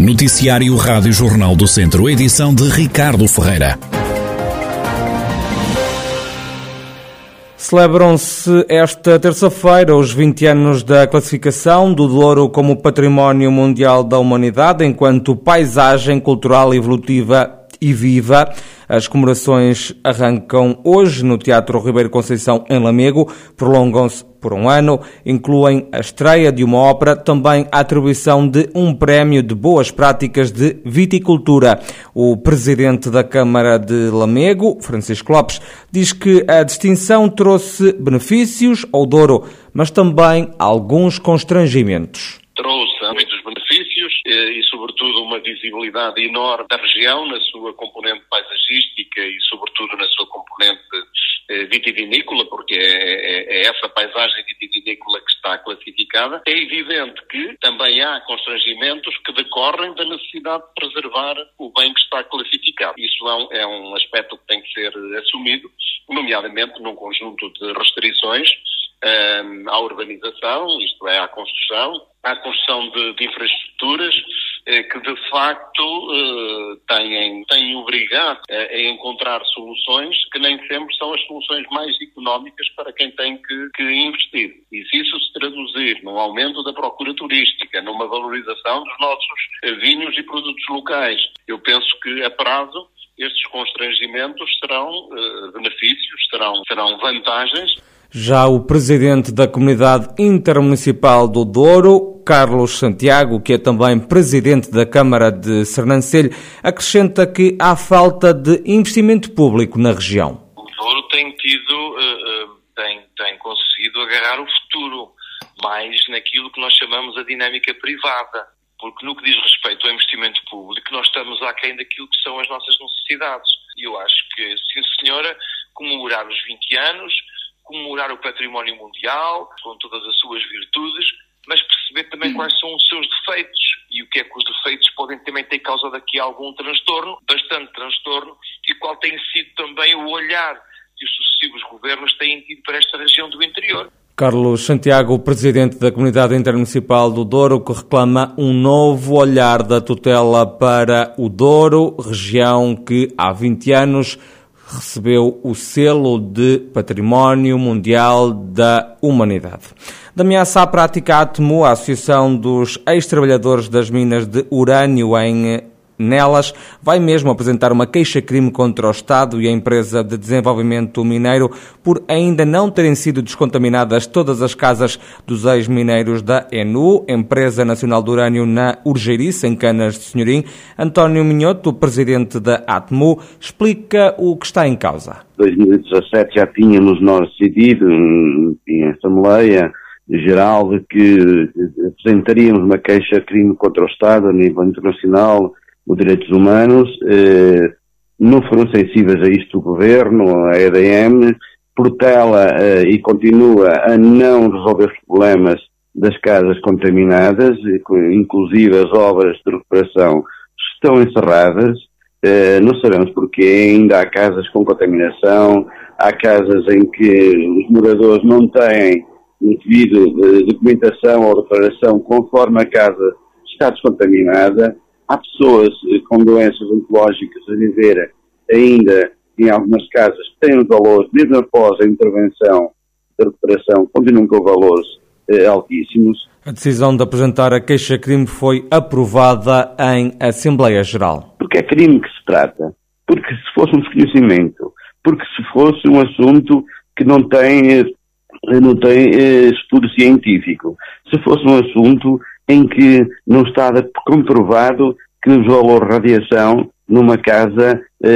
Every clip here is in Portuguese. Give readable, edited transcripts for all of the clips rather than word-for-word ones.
Noticiário Rádio Jornal do Centro, edição de Ricardo Ferreira. Celebram-se esta terça-feira os 20 anos da classificação do Douro como Património Mundial da Humanidade enquanto paisagem cultural evolutiva e viva. As comemorações arrancam hoje no Teatro Ribeiro Conceição, em Lamego, prolongam-se por um ano, incluem a estreia de uma ópera, também a atribuição de um prémio de boas práticas de viticultura. O presidente da Câmara de Lamego, Francisco Lopes, diz que a distinção trouxe benefícios ao Douro, mas também alguns constrangimentos. Trouxe muitos benefícios e, sobretudo, uma visibilidade enorme da região na sua componente paisagística e, sobretudo, na sua componente vitivinícola, porque é essa paisagem vitivinícola que está classificada. É evidente que também há constrangimentos que decorrem da necessidade de preservar o bem que está classificado. Isso é um aspecto que tem que ser assumido, nomeadamente num conjunto de restrições à urbanização, isto é, à construção de infraestruturas que de facto têm obrigado a encontrar soluções que nem sempre são as soluções mais económicas para quem tem que investir. E se isso se traduzir num aumento da procura turística, numa valorização dos nossos vinhos e produtos locais, eu penso que a prazo estes constrangimentos serão benefícios, serão vantagens. Já o presidente da Comunidade Intermunicipal do Douro, Carlos Santiago, que é também presidente da Câmara de Sernancelho, acrescenta que há falta de investimento público na região. O Douro tem conseguido agarrar o futuro, mais naquilo que nós chamamos a dinâmica privada, porque no que diz respeito ao investimento público, nós estamos aquém daquilo que são as nossas necessidades. E eu acho que, sim senhora, comemorar os 20 anos, comemorar o património mundial, com todas as suas virtudes, mas perceber também quais são os seus defeitos e o que é que os defeitos podem também ter causado aqui algum transtorno, bastante transtorno, e qual tem sido também o olhar que os sucessivos governos têm tido para esta região do interior. Carlos Santiago, presidente da Comunidade Intermunicipal do Douro, que reclama um novo olhar da tutela para o Douro, região que há 20 anos recebeu o selo de Património Mundial da Humanidade. Da ameaça à prática à ATMU, a Associação dos Ex-Trabalhadores das Minas de Urânio em Nelas, vai mesmo apresentar uma queixa-crime contra o Estado e a empresa de desenvolvimento mineiro por ainda não terem sido descontaminadas todas as casas dos ex-mineiros da ENU, Empresa Nacional de Urânio na Urgeirice, em Canas de Senhorim. António Minhoto, presidente da ATMU, explica o que está em causa. Em 2017 já tínhamos nós decidido, em Assembleia Geral, de que apresentaríamos uma queixa-crime contra o Estado a nível internacional, os direitos humanos. Não foram sensíveis a isto o Governo, a EDM, protela e continua a não resolver os problemas das casas contaminadas, inclusive as obras de recuperação estão encerradas. Não sabemos porque ainda há casas com contaminação, há casas em que os moradores não têm devido documentação ou declaração conforme a casa está descontaminada. Há pessoas com doenças oncológicas a viver ainda em algumas casas que têm os valores, mesmo após a intervenção da recuperação, continuam com valores altíssimos. A decisão de apresentar a queixa-crime foi aprovada em Assembleia Geral. Porque é crime que se trata, porque se fosse um desconhecimento, porque se fosse um assunto que não tem estudo científico, se fosse um assunto em que não está comprovado que os valores de radiação numa casa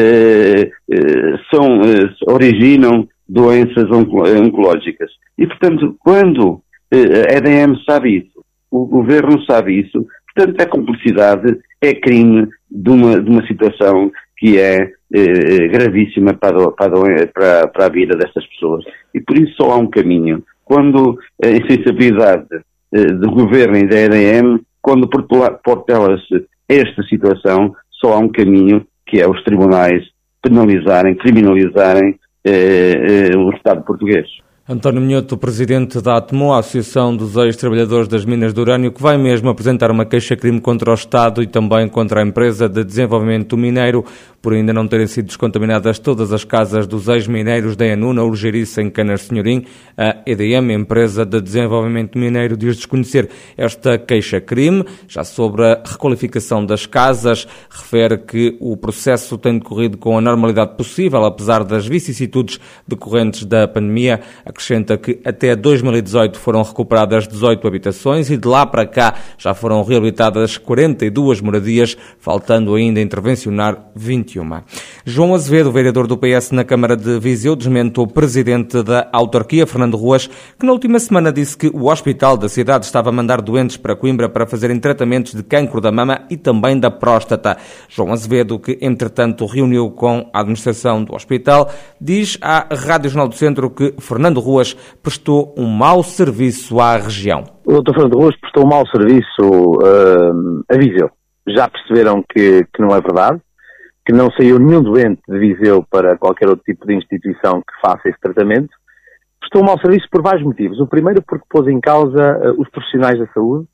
originam doenças oncológicas. E, portanto, quando a EDM sabe isso, o Governo sabe isso, portanto, é cumplicidade, é crime de uma situação que é gravíssima para a vida destas pessoas. E por isso só há um caminho. Quando a insensibilidade do Governo e da EDM, quando protela-se esta situação, só há um caminho, que é os tribunais criminalizarem o Estado português. António Minhoto, presidente da ATMO, a Associação dos Ex-Trabalhadores das Minas de Urânio, que vai mesmo apresentar uma queixa-crime contra o Estado e também contra a empresa de desenvolvimento mineiro, por ainda não terem sido descontaminadas todas as casas dos ex-mineiros da ENU, na Urgeriça, em Canas de Senhorim. A EDM, a empresa de desenvolvimento mineiro, diz desconhecer esta queixa-crime. Já sobre a requalificação das casas, refere que o processo tem decorrido com a normalidade possível, apesar das vicissitudes decorrentes da pandemia. Acrescenta que até 2018 foram recuperadas 18 habitações e de lá para cá já foram reabilitadas 42 moradias, faltando ainda intervencionar 21. João Azevedo, vereador do PS na Câmara de Viseu, desmente o presidente da autarquia, Fernando Ruas, que na última semana disse que o hospital da cidade estava a mandar doentes para Coimbra para fazerem tratamentos de cancro da mama e também da próstata. João Azevedo, que entretanto reuniu com a administração do hospital, diz à Rádio Jornal do Centro que Fernando Ruas prestou um mau serviço à região. O Dr. Fernando Ruas prestou um mau serviço a Viseu. Já perceberam que não é verdade, que não saiu nenhum doente de Viseu para qualquer outro tipo de instituição que faça esse tratamento. Prestou um mau serviço por vários motivos. O primeiro porque pôs em causa os profissionais da saúde.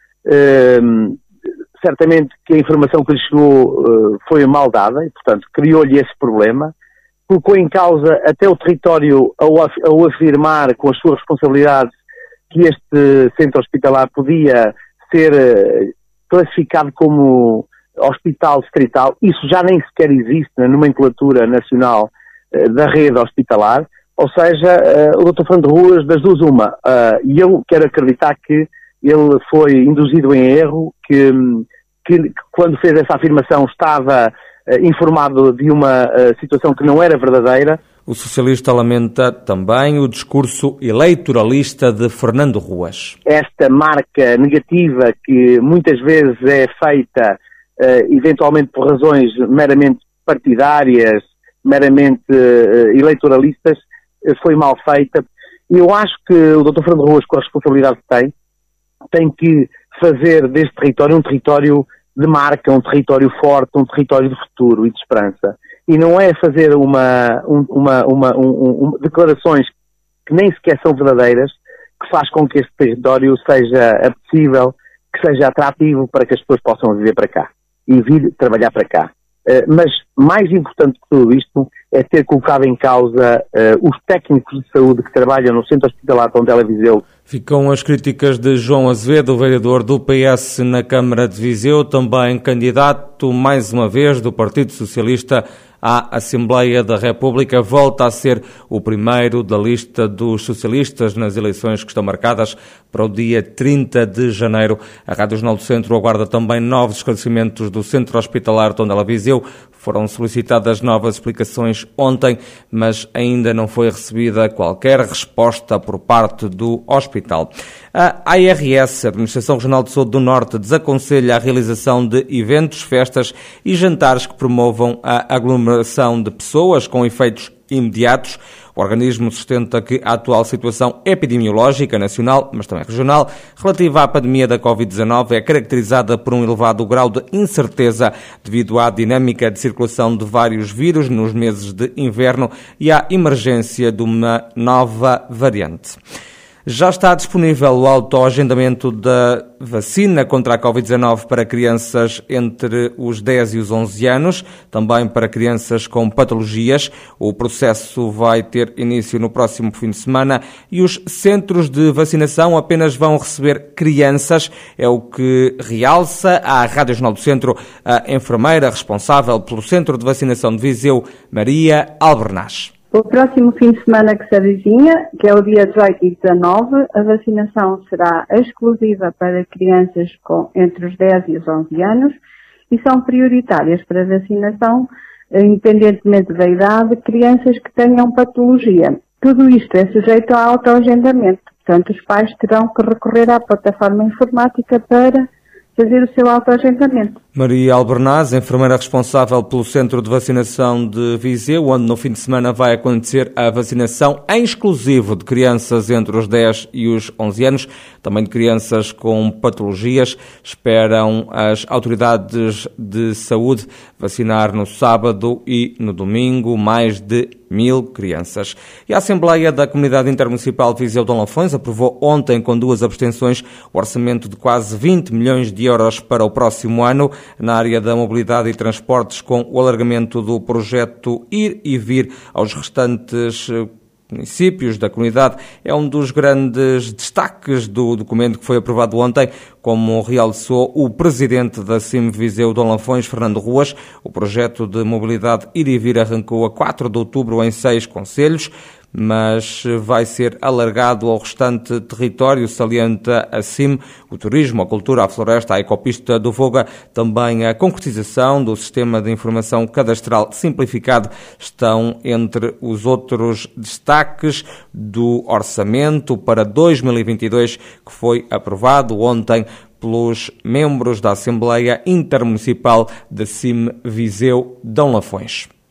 Certamente que a informação que lhe chegou foi mal dada e, portanto, criou-lhe esse problema. Colocou em causa até o território ao afirmar com as suas responsabilidades que este centro hospitalar podia ser classificado como hospital distrital. Isso já nem sequer existe na nomenclatura nacional da rede hospitalar. Ou seja, o Dr. Fernando Ruas, das duas uma, e eu quero acreditar que ele foi induzido em erro, que quando fez essa afirmação estava informado de uma situação que não era verdadeira. O socialista lamenta também o discurso eleitoralista de Fernando Ruas. Esta marca negativa que muitas vezes é feita eventualmente por razões meramente partidárias, meramente eleitoralistas, foi mal feita. E eu acho que o Dr. Fernando Ruas, com a responsabilidade que tem que fazer deste território um território de marca, um território forte, um território de futuro e de esperança. E não é fazer declarações que nem sequer são verdadeiras, que faz com que este território seja apetecível, que seja atrativo para que as pessoas possam viver para cá e vir trabalhar para cá. Mas mais importante que tudo isto é ter colocado em causa os técnicos de saúde que trabalham no Centro Hospitalar de Tondela Viseu. Ficam as críticas de João Azevedo, vereador do PS na Câmara de Viseu, também candidato, mais uma vez, do Partido Socialista à Assembleia da República. Volta a ser o primeiro da lista dos socialistas nas eleições que estão marcadas para o dia 30 de janeiro. A Rádio Jornal do Centro aguarda também novos esclarecimentos do Centro Hospitalar Tondela Viseu. Foram solicitadas novas explicações ontem, mas ainda não foi recebida qualquer resposta por parte do hospital. A ARS, a Administração Regional de Saúde do Norte, desaconselha a realização de eventos, festas e jantares que promovam a aglomeração de pessoas com efeitos imediatos. O organismo sustenta que a atual situação epidemiológica nacional, mas também regional, relativa à pandemia da Covid-19 é caracterizada por um elevado grau de incerteza devido à dinâmica de circulação de vários vírus nos meses de inverno e à emergência de uma nova variante. Já está disponível o autoagendamento da vacina contra a Covid-19 para crianças entre os 10 e os 11 anos, também para crianças com patologias. O processo vai ter início no próximo fim de semana e os centros de vacinação apenas vão receber crianças, é o que realça à Rádio Jornal do Centro a enfermeira responsável pelo Centro de Vacinação de Viseu, Maria Albernaz. O próximo fim de semana que se avizinha, que é o dia 18 e 19, a vacinação será exclusiva para crianças entre os 10 e os 11 anos e são prioritárias para vacinação, independentemente da idade, crianças que tenham patologia. Tudo isto é sujeito a autoagendamento, portanto os pais terão que recorrer à plataforma informática para fazer o seu autoagendamento. Maria Albernaz, enfermeira responsável pelo Centro de Vacinação de Viseu, onde no fim de semana vai acontecer a vacinação em exclusivo de crianças entre os 10 e os 11 anos, também de crianças com patologias. Esperam as autoridades de saúde vacinar no sábado e no domingo mais de 1000 crianças. E a Assembleia da Comunidade Intermunicipal de Viseu Dom Lafões aprovou ontem, com 2 abstenções, o orçamento de quase 20 milhões de euros para o próximo ano na área da mobilidade e transportes, com o alargamento do projeto Ir e Vir aos restantes municípios da comunidade. É um dos grandes destaques do documento que foi aprovado ontem, como realçou o presidente da CIM Viseu Dom Lafões, Fernando Ruas. O projeto de mobilidade Ir e Vir arrancou a 4 de outubro em 6 concelhos, mas vai ser alargado ao restante território, salienta a CIM, o turismo, a cultura, a floresta, a ecopista do Voga, também a concretização do sistema de informação cadastral simplificado estão entre os outros destaques do orçamento para 2022 que foi aprovado ontem pelos membros da Assembleia Intermunicipal da CIM Viseu Dom Lafões.